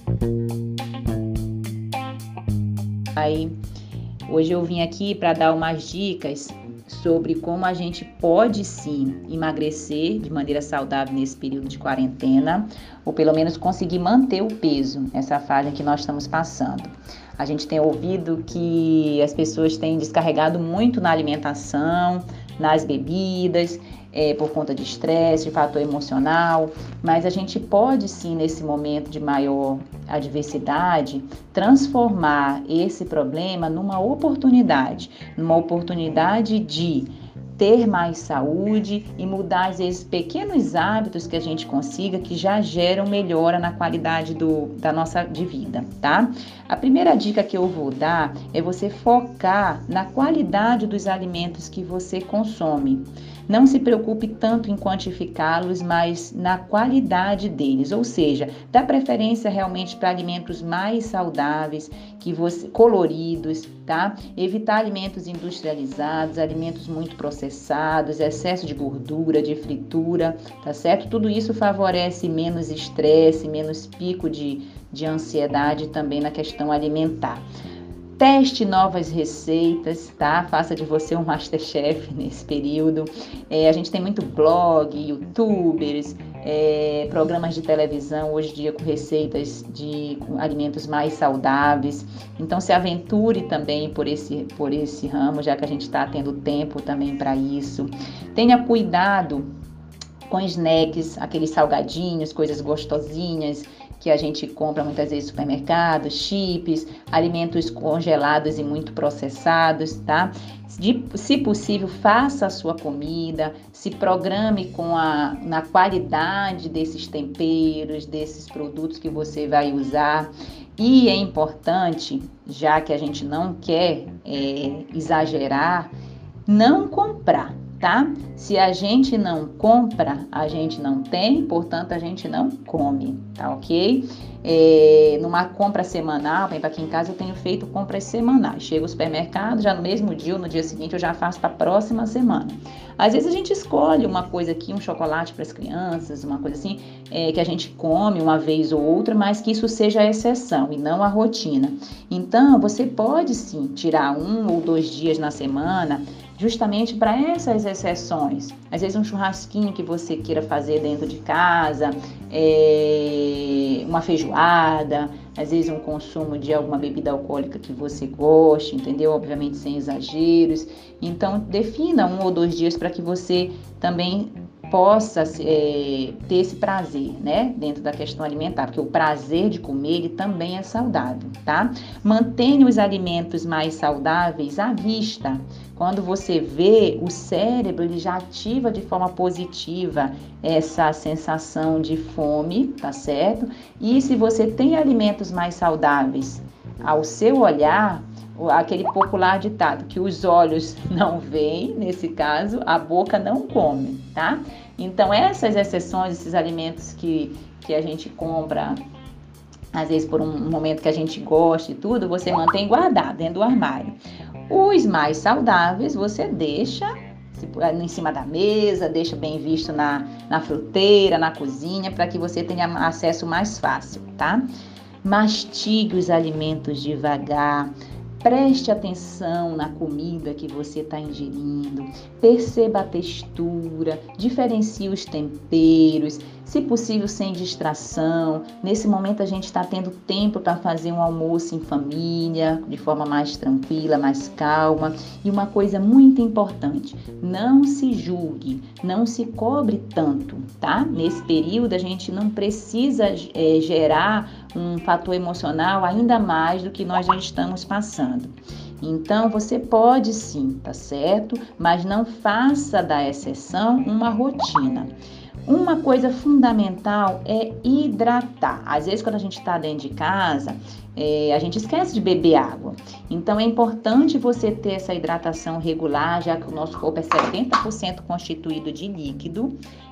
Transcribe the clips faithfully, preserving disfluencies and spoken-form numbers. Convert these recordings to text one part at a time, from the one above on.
Aí, hoje eu vim aqui para dar umas dicas sobre como a gente pode sim emagrecer de maneira saudável nesse período de quarentena, ou pelo menos conseguir manter o peso nessa fase que nós estamos passando. A gente tem ouvido que as pessoas têm descarregado muito na alimentação, nas bebidas, é, por conta de estresse, de fator emocional, mas a gente pode sim, nesse momento de maior adversidade, transformar esse problema numa oportunidade, numa oportunidade de ter mais saúde e mudar, às vezes, pequenos hábitos que a gente consiga que já geram melhora na qualidade do, da nossa de vida, tá? A primeira dica que eu vou dar é você focar na qualidade dos alimentos que você consome. Não se preocupe tanto em quantificá-los, mas na qualidade deles, ou seja, dá preferência realmente para alimentos mais saudáveis, que você, coloridos, tá? Evitar alimentos industrializados, alimentos muito processados, excesso de gordura, de fritura, tá certo? Tudo isso favorece menos estresse, menos pico de, de ansiedade também na questão alimentar. Teste novas receitas, tá? Faça de você um MasterChef nesse período. É, a gente tem muito blog, youtubers, é, programas de televisão hoje em dia com receitas de com alimentos mais saudáveis. Então se aventure também por esse, por esse ramo, já que a gente está tendo tempo também para isso. Tenha cuidado com snacks, aqueles salgadinhos, coisas gostosinhas que a gente compra muitas vezes no supermercado, chips, alimentos congelados e muito processados, tá? De, se possível, faça a sua comida, se programe com a, na qualidade desses temperos, desses produtos que você vai usar. E é importante, já que a gente não quer é, exagerar, não comprar. Tá? Se a gente não compra, a gente não tem, portanto a gente não come, tá ok? É, numa compra semanal, por exemplo, aqui em casa eu tenho feito compras semanais. Chego ao supermercado, já no mesmo dia ou no dia seguinte eu já faço para a próxima semana. Às vezes a gente escolhe uma coisa aqui, um chocolate para as crianças, uma coisa assim, é, que a gente come uma vez ou outra, mas que isso seja a exceção e não a rotina. Então, você pode sim tirar um ou dois dias na semana, justamente para essas exceções. Às vezes um churrasquinho que você queira fazer dentro de casa, é, uma feijoada, às vezes um consumo de alguma bebida alcoólica que você goste, entendeu? Obviamente sem exageros. Então, defina um ou dois dias para que você também possa é, ter esse prazer, né, dentro da questão alimentar, porque o prazer de comer, ele também é saudável, tá? Mantenha os alimentos mais saudáveis à vista. Quando você vê, o cérebro, ele já ativa de forma positiva essa sensação de fome, tá certo? E se você tem alimentos mais saudáveis ao seu olhar, aquele popular ditado que os olhos não veem, nesse caso, a boca não come, tá? Então, essas exceções, esses alimentos que, que a gente compra, às vezes por um momento que a gente gosta e tudo, você mantém guardado dentro do armário. Os mais saudáveis, você deixa em cima da mesa, deixa bem visto na, na fruteira, na cozinha, para que você tenha acesso mais fácil, tá? Mastigue os alimentos devagar. Preste atenção na comida que você está ingerindo, perceba a textura, diferencie os temperos, se possível sem distração. Nesse momento a gente está tendo tempo para fazer um almoço em família, de forma mais tranquila, mais calma. E uma coisa muito importante, não se julgue, não se cobre tanto, tá? Nesse período a gente não precisa é, gerar um fator emocional ainda mais do que nós já estamos passando. Então, você pode sim, tá certo? Mas não faça da exceção uma rotina. Uma coisa fundamental é hidratar. Às vezes, quando a gente está dentro de casa, é, a gente esquece de beber água. Então, é importante você ter essa hidratação regular, já que o nosso corpo é setenta por cento constituído de líquido.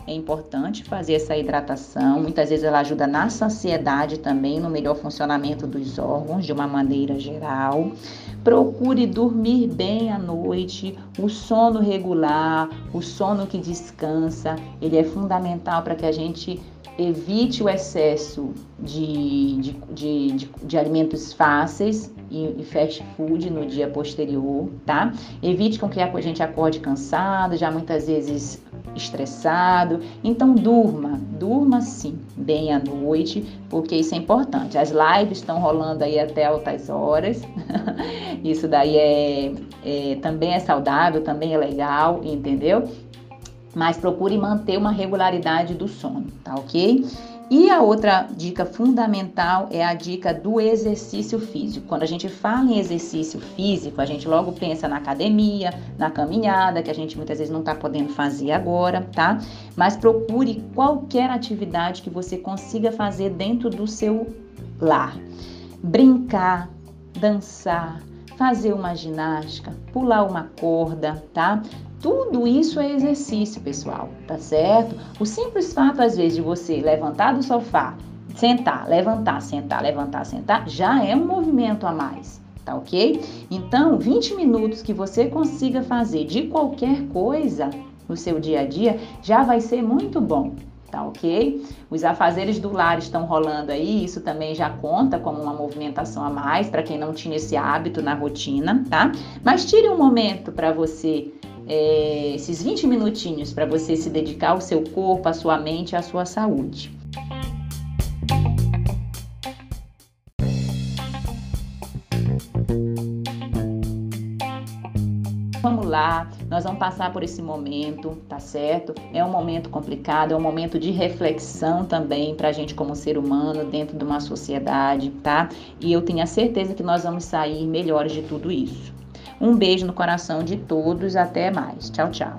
é importante fazer essa hidratação. Muitas vezes ela ajuda na saciedade também, no melhor funcionamento dos órgãos, de uma maneira geral. Procure dormir bem à noite, o sono regular, o sono que descansa, ele é fundamental para que a gente evite o excesso de, de, de, de, de alimentos fáceis e, e fast food no dia posterior, tá? Evite com que a gente acorde cansado, já muitas vezes estressado. Então durma, durma sim, bem à noite, porque isso é importante. As lives estão rolando aí até altas horas, isso daí é, é, também é saudável, também é legal, entendeu? Mas procure manter uma regularidade do sono, tá ok? E a outra dica fundamental é a dica do exercício físico. Quando a gente fala em exercício físico, a gente logo pensa na academia, na caminhada, que a gente muitas vezes não está podendo fazer agora, tá? Mas procure qualquer atividade que você consiga fazer dentro do seu lar. Brincar, dançar, fazer uma ginástica, pular uma corda, tá? Tudo isso é exercício, pessoal, tá certo? O simples fato, às vezes, de você levantar do sofá, sentar, levantar, sentar, levantar, sentar, já é um movimento a mais, tá ok? Então, vinte minutos que você consiga fazer de qualquer coisa no seu dia a dia, já vai ser muito bom, tá ok? Os afazeres do lar estão rolando aí, isso também já conta como uma movimentação a mais, para quem não tinha esse hábito na rotina, tá? Mas tire um momento para você... É, esses vinte minutinhos para você se dedicar ao seu corpo, à sua mente, à sua saúde. Vamos lá, nós vamos passar por esse momento, tá certo? É um momento complicado, é um momento de reflexão também para a gente como ser humano dentro de uma sociedade, tá? E eu tenho a certeza que nós vamos sair melhores de tudo isso. Um beijo no coração de todos, até mais. Tchau, tchau.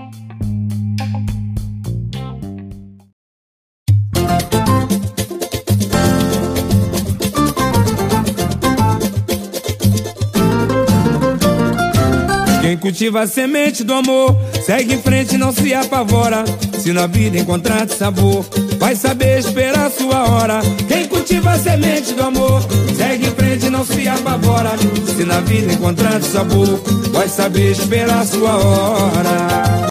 Quem cultiva a semente do amor, segue em frente e não se apavora. Se na vida encontrar sabor, vai saber esperar a sua hora. Quem cultiva a semente do amor, segue em frente e não se apavora. Se na vida encontrar sabor, vai saber esperar a sua hora.